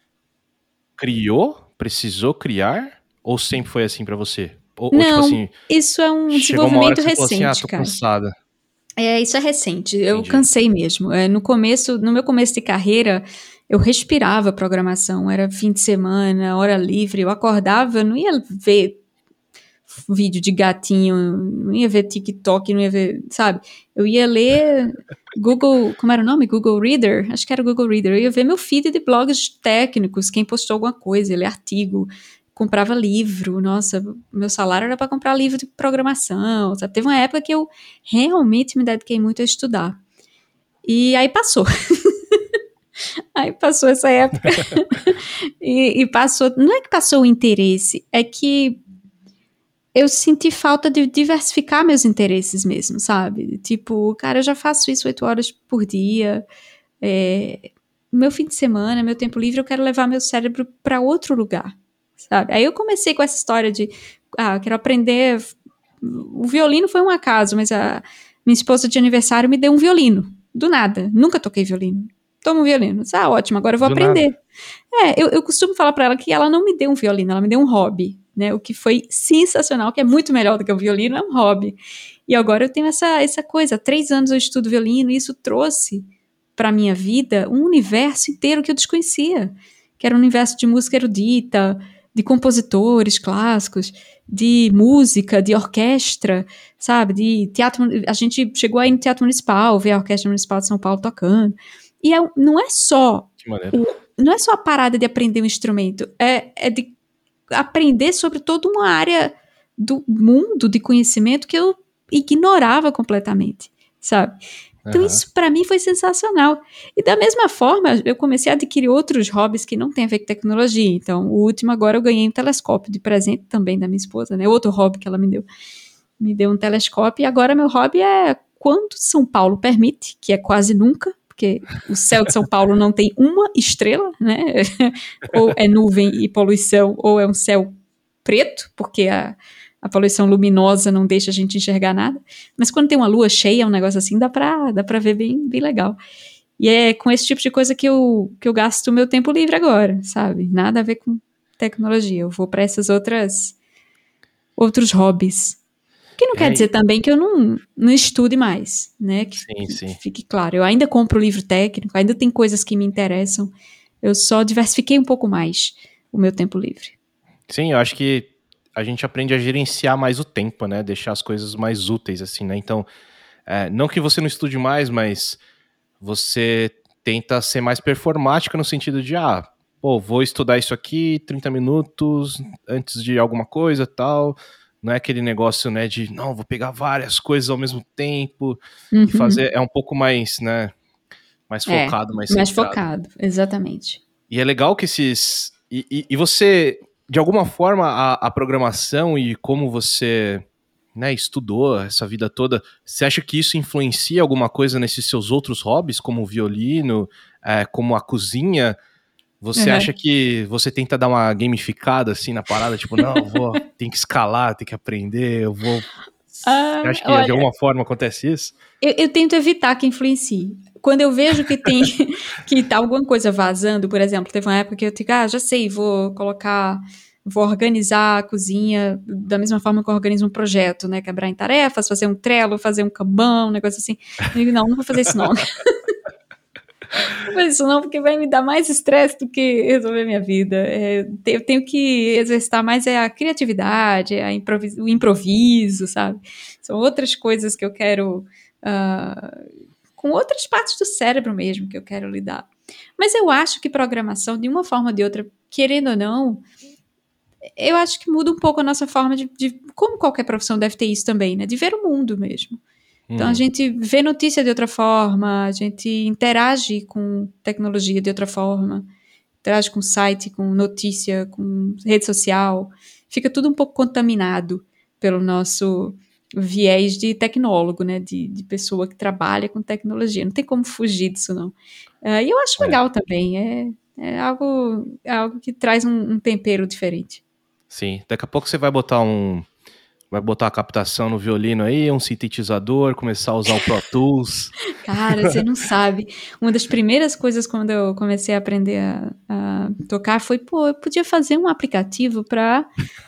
criou, precisou criar, ou sempre foi assim para você? Ou, não, tipo assim, isso é um desenvolvimento recente, falou assim, tô cansada. Isso é recente, eu cansei mesmo. No meu começo de carreira, eu respirava programação, era fim de semana, hora livre, eu acordava, eu não ia ver vídeo de gatinho, não ia ver TikTok, não ia ver, sabe? Eu ia ler Google, como era o nome? Google Reader? Acho que era Google Reader. Eu ia ver meu feed de blogs técnicos, quem postou alguma coisa, ler artigo, comprava livro, nossa, meu salário era para comprar livro de programação, sabe? Teve uma época que eu realmente me dediquei muito a estudar. E aí passou. Aí passou essa época. e passou, não é que passou o interesse, é que eu senti falta de diversificar meus interesses mesmo, sabe? Tipo, cara, eu já faço isso 8 horas por dia, meu fim de semana, meu tempo livre, eu quero levar meu cérebro para outro lugar, sabe? Aí eu comecei com essa história de, quero aprender. O violino foi um acaso, mas a minha esposa de aniversário me deu um violino, do nada. Nunca toquei violino. Toma um violino. Ótimo, agora eu vou aprender. Eu costumo falar para ela que ela não me deu um violino, ela me deu um hobby, né? O que foi sensacional, que é muito melhor do que o violino, é um hobby. E agora eu tenho essa coisa. Há 3 anos eu estudo violino e isso trouxe para minha vida um universo inteiro que eu desconhecia, que era um universo de música erudita, de compositores clássicos, de música, de orquestra, sabe, de teatro. A gente chegou aí no Teatro Municipal, ver a Orquestra Municipal de São Paulo tocando. E não é só a parada de aprender um instrumento, é de aprender sobre toda uma área do mundo de conhecimento que eu ignorava completamente, sabe? Então isso para mim foi sensacional. E da mesma forma, eu comecei a adquirir outros hobbies que não têm a ver com tecnologia. Então, o último agora eu ganhei um telescópio de presente também da minha esposa, né? Outro hobby que ela me deu. Me deu um telescópio e agora meu hobby é quando São Paulo permite, que é quase nunca, porque o céu de São Paulo não tem uma estrela, né? Ou é nuvem e poluição, ou é um céu preto, porque a poluição luminosa não deixa a gente enxergar nada. Mas quando tem uma lua cheia, um negócio assim, dá pra ver bem, bem legal. E é com esse tipo de coisa que eu gasto o meu tempo livre agora, sabe? Nada a ver com tecnologia. Eu vou para esses outros hobbies. Que não quer dizer também que eu não estude mais, né? Que fique claro. Eu ainda compro livro técnico, ainda tem coisas que me interessam. Eu só diversifiquei um pouco mais o meu tempo livre. Sim, eu acho que a gente aprende a gerenciar mais o tempo, né? Deixar as coisas mais úteis, assim, né? Então, não que você não estude mais, mas você tenta ser mais performática no sentido de, vou estudar isso aqui 30 minutos antes de alguma coisa, tal. Não é aquele negócio, né, de, não, vou pegar várias coisas ao mesmo tempo e fazer, é um pouco mais, né, mais focado, mais centrado. Mais focado, exatamente. E é legal que e você, de alguma forma, a programação e como você, né, estudou essa vida toda, você acha que isso influencia alguma coisa nesses seus outros hobbies, como o violino, como a cozinha? Você acha que você tenta dar uma gamificada assim na parada, tipo, não, tem que escalar, tem que aprender, Você acha que de Olha, alguma forma acontece isso? eu tento evitar que influencie. Quando eu vejo que tem que tá alguma coisa vazando, por exemplo, teve uma época que eu digo, já sei, vou organizar a cozinha da mesma forma que eu organizo um projeto, né? Quebrar em tarefas, fazer um Trello, fazer um Kanban, um negócio assim. Eu digo, não vou fazer isso não. Não vou fazer isso não, porque vai me dar mais estresse do que resolver minha vida. Eu tenho que exercitar mais a criatividade, o improviso, sabe? São outras coisas que eu quero... com outras partes do cérebro mesmo que eu quero lidar. Mas eu acho que programação, de uma forma ou de outra, querendo ou não, eu acho que muda um pouco a nossa forma de como qualquer profissão deve ter isso também, né? De ver o mundo mesmo. Então a gente vê notícia de outra forma, a gente interage com tecnologia de outra forma, interage com site, com notícia, com rede social. Fica tudo um pouco contaminado pelo nosso viés de tecnólogo, né? De pessoa que trabalha com tecnologia. Não tem como fugir disso, não. E eu acho legal também. É algo que traz um tempero diferente. Sim, daqui a pouco você vai botar a captação no violino aí, um sintetizador, começar a usar o Pro Tools. Cara, você não sabe. Uma das primeiras coisas quando eu comecei a aprender a tocar foi, eu podia fazer um aplicativo para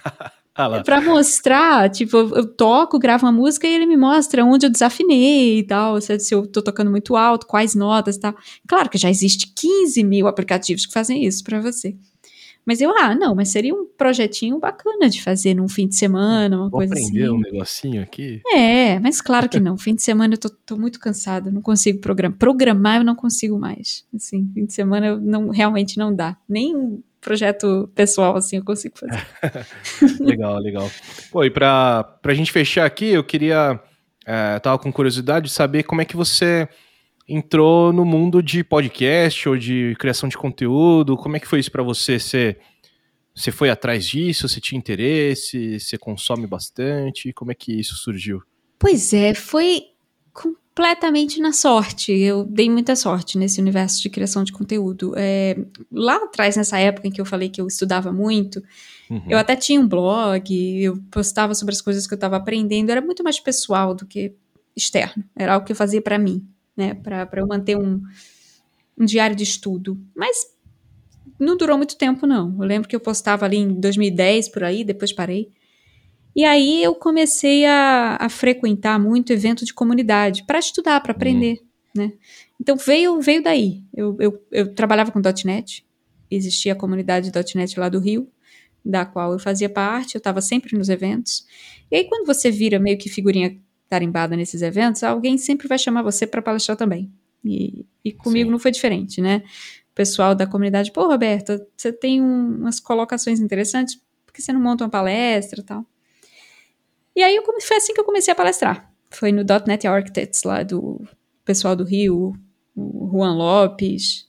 mostrar, tipo, eu toco, gravo uma música e ele me mostra onde eu desafinei e tal, se eu tô tocando muito alto, quais notas e tal. Claro que já existe 15 mil aplicativos que fazem isso para você. Mas mas seria um projetinho bacana de fazer num fim de semana, uma coisa assim. Vou aprender um negocinho aqui. Mas claro que não. Fim de semana eu tô muito cansada, não consigo programar. Programar eu não consigo mais. Assim, fim de semana realmente não dá. Nem um projeto pessoal assim eu consigo fazer. Legal. Pô, e pra gente fechar aqui, eu queria... tava com curiosidade de saber como é que você entrou no mundo de podcast ou de criação de conteúdo. Como é que foi isso pra você? Você foi atrás disso? Você tinha interesse? Você consome bastante? Como é que isso surgiu? Pois foi completamente na sorte. Eu dei muita sorte nesse universo de criação de conteúdo. Lá atrás, nessa época em que eu falei que eu estudava muito, eu até tinha um blog, eu postava sobre as coisas que eu estava aprendendo. Era muito mais pessoal do que externo. Era algo que eu fazia para mim, né? Para eu manter um diário de estudo. Mas não durou muito tempo, não. Eu lembro que eu postava ali em 2010, por aí, depois parei. E aí eu comecei a frequentar muito evento de comunidade, para estudar, para aprender, né? Então veio daí. Eu trabalhava com .NET, existia a comunidade .NET lá do Rio, da qual eu fazia parte, eu estava sempre nos eventos. E aí quando você vira meio que figurinha tarimbada nesses eventos, alguém sempre vai chamar você para palestrar também. E comigo não foi diferente, né? O pessoal da comunidade, Roberta, você tem umas colocações interessantes, por que você não monta uma palestra e tal? E aí foi assim que eu comecei a palestrar. Foi no .NET Architects, lá do pessoal do Rio, o Juan Lopes,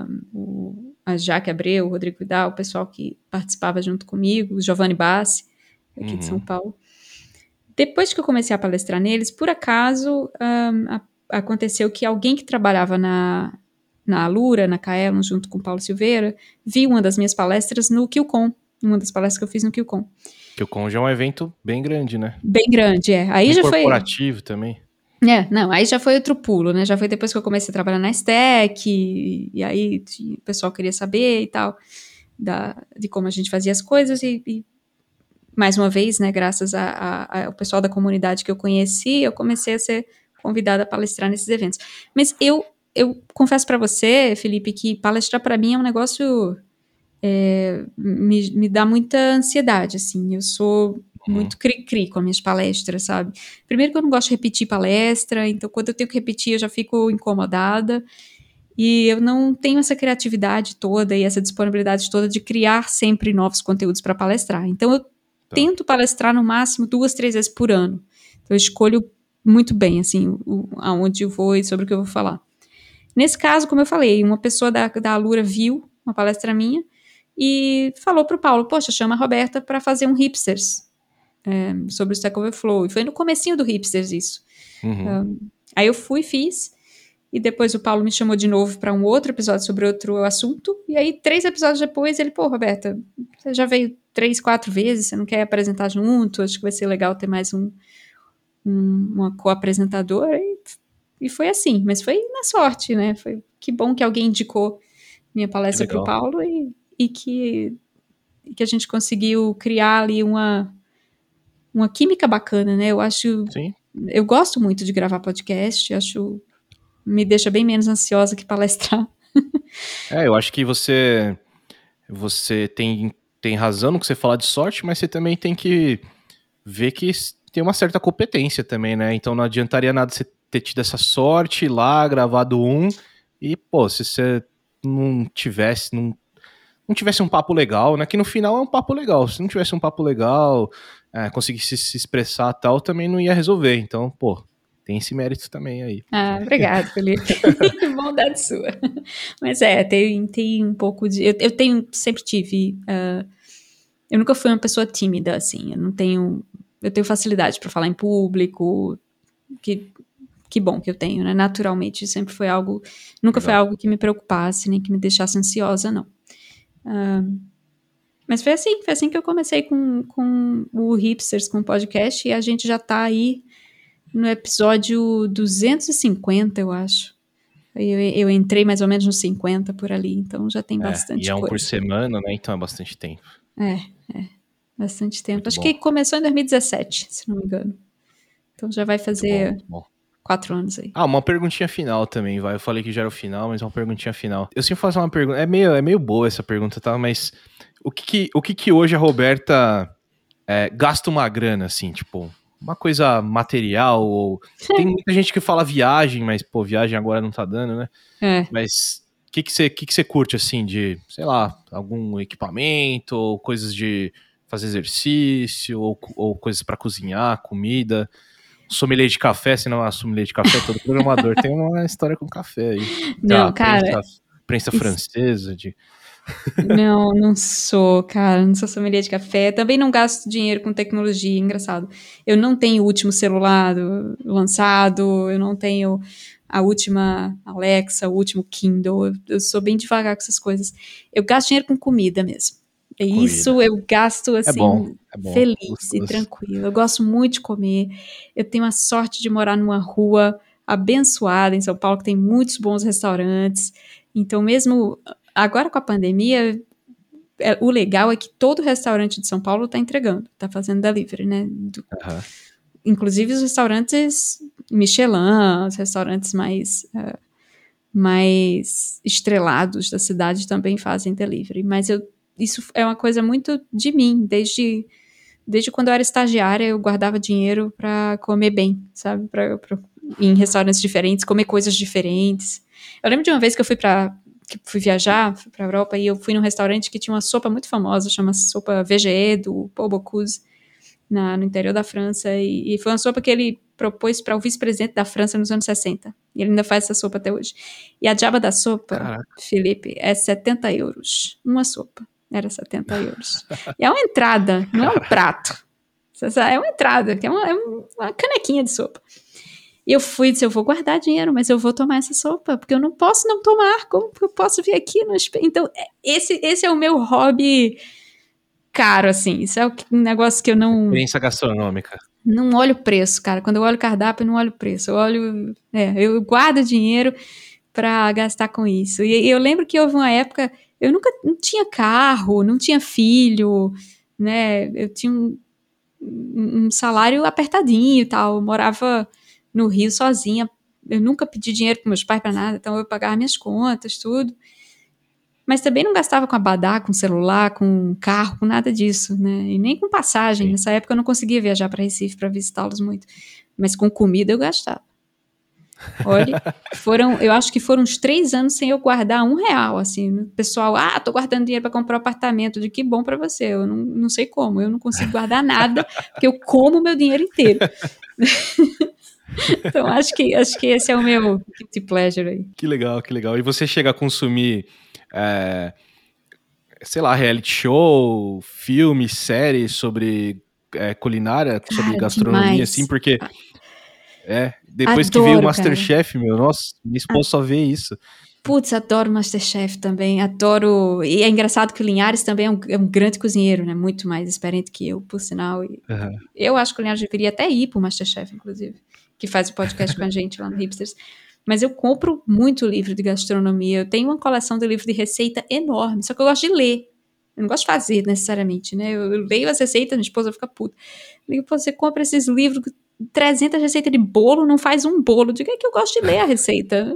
a Jaque Abreu, o Rodrigo Vidal, o pessoal que participava junto comigo, o Giovanni Bassi, aqui de São Paulo. Depois que eu comecei a palestrar neles, por acaso, aconteceu que alguém que trabalhava na Alura, na Kaelon, junto com o Paulo Silveira, viu uma das minhas palestras no QCon, uma das palestras que eu fiz no QCon. QCon já é um evento bem grande, né? Bem grande, Aí bem já corporativo também. Aí já foi outro pulo, né? Já foi depois que eu comecei a trabalhar na Stack, e aí o pessoal queria saber e tal, de como a gente fazia as coisas, e mais uma vez, né, graças ao pessoal da comunidade que eu conheci, eu comecei a ser convidada a palestrar nesses eventos. Mas eu confesso para você, Felipe, que palestrar para mim é um negócio... me dá muita ansiedade, assim, eu sou muito cri-cri com as minhas palestras, sabe? Primeiro que eu não gosto de repetir palestra, então quando eu tenho que repetir eu já fico incomodada, e eu não tenho essa criatividade toda e essa disponibilidade toda de criar sempre novos conteúdos para palestrar, então eu tento palestrar no máximo 2, 3 vezes por ano, então eu escolho muito bem, assim, aonde eu vou e sobre o que eu vou falar. Nesse caso, como eu falei, uma pessoa da Alura viu uma palestra minha, e falou pro Paulo, poxa, chama a Roberta para fazer um Hipsters. sobre o Stack Overflow. E foi no comecinho do Hipsters isso. Aí eu fiz, e depois o Paulo me chamou de novo para um outro episódio sobre outro assunto, e aí 3 episódios depois ele, Roberta, você já veio 3, 4 vezes, você não quer apresentar junto? Acho que vai ser legal ter mais uma co-apresentadora, e foi assim, mas foi na sorte, né? Que bom que alguém indicou minha palestra para o Paulo, e que a gente conseguiu criar ali uma química bacana, né? Eu acho... Sim. Eu gosto muito de gravar podcast, me deixa bem menos ansiosa que palestrar. Eu acho que você tem razão no que você fala de sorte, mas você também tem que ver que tem uma certa competência também, né? Então não adiantaria nada você ter tido essa sorte, ir lá, gravado e, se você não tivesse um papo legal, né? Que no final é um papo legal. Se não tivesse um papo legal, conseguisse se expressar e tal, também não ia resolver. Então, tem esse mérito também aí. Obrigado, Felipe. Bondade sua. Mas tem um pouco de... Eu sempre tive... eu nunca fui uma pessoa tímida, assim. Eu tenho facilidade para falar em público. Que bom que eu tenho, né? Naturalmente, sempre foi algo... Nunca foi algo que me preocupasse, nem que me deixasse ansiosa, não. Mas foi assim que eu comecei com o Hipsters, com o podcast, e a gente já tá aí no episódio 250, eu acho. Eu entrei mais ou menos nos 50 por ali, então já tem bastante coisa. E é por semana, né? Então é bastante tempo. Bastante tempo. Muito acho bom. Que começou em 2017, se não me engano. Então já vai fazer muito bom. 4 anos aí. Uma perguntinha final também, vai. Eu falei que já era o final, mas uma perguntinha final. Eu sempre faço uma pergunta, é meio boa essa pergunta, tá? Mas o que hoje a Roberta gasta uma grana, assim, tipo... Uma coisa material, ou... Tem muita gente que fala viagem, mas, viagem agora não tá dando, né? Mas o que você curte, assim, de, sei lá, algum equipamento, ou coisas de fazer exercício, ou coisas pra cozinhar, comida, sommelier de café, se não é sommelier de café, todo programador tem uma história com café aí. Não, cara... Prensa francesa, de... Não sou, cara, não sou sommelier de café. Também não gasto dinheiro com tecnologia, engraçado. Eu não tenho o último celular lançado, eu não tenho a última Alexa, o último Kindle. Eu sou bem devagar com essas coisas. Eu gasto dinheiro com comida mesmo. Isso eu gasto, assim, bom, feliz gostoso. E tranquilo. Eu gosto muito de comer. Eu tenho a sorte de morar numa rua abençoada em São Paulo, que tem muitos bons restaurantes. Então, mesmo... Agora, com a pandemia, o legal é que todo restaurante de São Paulo está entregando, está fazendo delivery, né? Inclusive os restaurantes Michelin, os restaurantes mais estrelados da cidade também fazem delivery. Mas isso é uma coisa muito de mim. Desde quando eu era estagiária, eu guardava dinheiro para comer bem, sabe? Para ir em restaurantes diferentes, comer coisas diferentes. Eu lembro de uma vez que eu fui viajar, fui pra Europa, e eu fui num restaurante que tinha uma sopa muito famosa, chama sopa VGE, do Paul Bocuse, no interior da França, e foi uma sopa que ele propôs para o vice-presidente da França nos anos 60, e ele ainda faz essa sopa até hoje. E a diaba da sopa, Caraca. Felipe, é 70 euros, uma sopa, era 70 euros. E é uma entrada, não é um prato, é uma entrada, que é uma canequinha de sopa. E eu fui e disse, eu vou guardar dinheiro, mas eu vou tomar essa sopa, porque eu não posso não tomar, como que eu posso vir aqui? Então, esse é o meu hobby caro, assim, isso é um negócio que eu não... Experiência gastronômica. Não olho o preço, cara, quando eu olho o cardápio, eu não olho o preço, eu guardo dinheiro pra gastar com isso. E eu lembro que houve uma época, eu não tinha carro, não tinha filho, né, eu tinha um salário apertadinho e tal, eu morava... no Rio sozinha, eu nunca pedi dinheiro para meus pais para nada, então eu pagava minhas contas, tudo, mas também não gastava com abadá, com celular, com carro, com nada disso, né, e nem com passagem. Sim. Nessa época eu não conseguia viajar para Recife para visitá-los muito, mas com comida eu gastava. Olha, eu acho que foram uns 3 anos sem eu guardar R$1, assim, o pessoal, tô guardando dinheiro para comprar um apartamento, de que bom para você, eu não sei como, eu não consigo guardar nada, porque eu como o meu dinheiro inteiro. Então, acho que esse é o meu guilty pleasure aí. Que legal. E você chega a consumir, sei lá, reality show, filme, série sobre culinária, sobre Cara, gastronomia, demais. assim, porque depois que veio o MasterChef, nossa, minha esposa só vê isso. Putz, adoro MasterChef também, adoro. E é engraçado que o Linhares também é um grande cozinheiro, né? Muito mais experiente que eu, por sinal. Eu acho que o Linhares deveria até ir pro MasterChef, inclusive, que faz o podcast com a gente lá no Hipsters. Mas eu compro muito livro de gastronomia. Eu tenho uma coleção de livros de receita enorme, só que eu gosto de ler. Eu não gosto de fazer, necessariamente, né? Eu leio as receitas, minha esposa fica puta. Eu digo, pô, você compra esses livros, 300 receitas de bolo, não faz um bolo. Diga que eu gosto de ler a receita.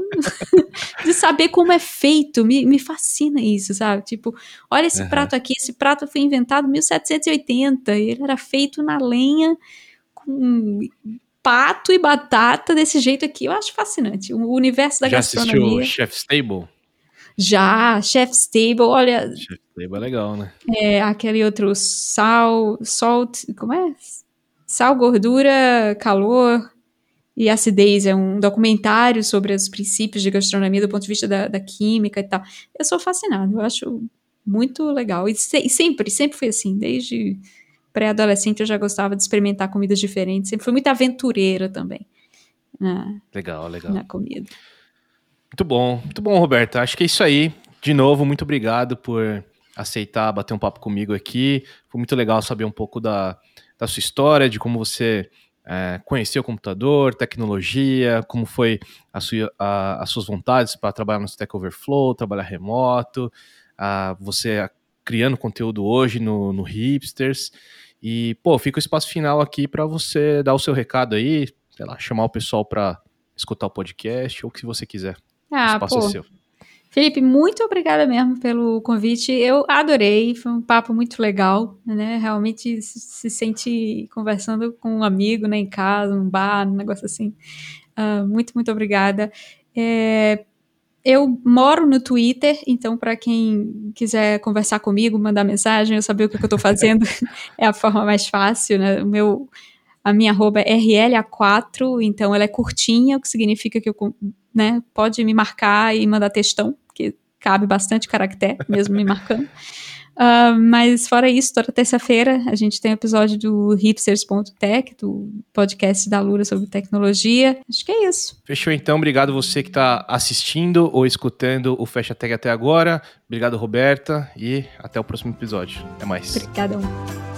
De saber como é feito. Me fascina isso, sabe? Tipo, olha esse prato aqui. Esse prato foi inventado em 1780. E ele era feito na lenha com pato e batata desse jeito aqui. Eu acho fascinante. O universo da gastronomia. Já assistiu Chef's Table? Já, Chef's Table, olha... Chef's Table é legal, né? Aquele outro salt, como é? Sal, gordura, calor e acidez. É um documentário sobre os princípios de gastronomia do ponto de vista da química e tal. Eu sou fascinada, eu acho muito legal. E sempre foi assim, desde pré-adolescente eu já gostava de experimentar comidas diferentes. Sempre fui muito aventureira também Legal. na comida. Muito bom, Roberta. Acho que é isso aí. De novo, muito obrigado por aceitar bater um papo comigo aqui. Foi muito legal saber um pouco da sua história, de como você conheceu o computador, tecnologia, como foi as suas vontades para trabalhar no Stack Overflow, trabalhar remoto, você criando conteúdo hoje no Hipsters. E, fica o espaço final aqui para você dar o seu recado aí, sei lá, chamar o pessoal para escutar o podcast ou o que você quiser. O espaço é seu. Felipe, muito obrigada mesmo pelo convite. Eu adorei, foi um papo muito legal, né? Realmente se sente conversando com um amigo, né? Em casa, num bar, um negócio assim. Muito obrigada. Eu moro no Twitter, então para quem quiser conversar comigo, mandar mensagem, eu saber o que eu estou fazendo, é a forma mais fácil, né? A minha arroba é RLA4, então ela é curtinha, o que significa que pode me marcar e mandar textão, porque cabe bastante caractere, mesmo me marcando. Mas fora isso, toda terça-feira a gente tem um episódio do hipsters.tech, do podcast da Lura sobre tecnologia. Acho que é isso. Fechou então, obrigado você que está assistindo ou escutando o Fecha Tech até agora. Obrigado, Roberta, e até o próximo episódio. Até mais. Obrigada.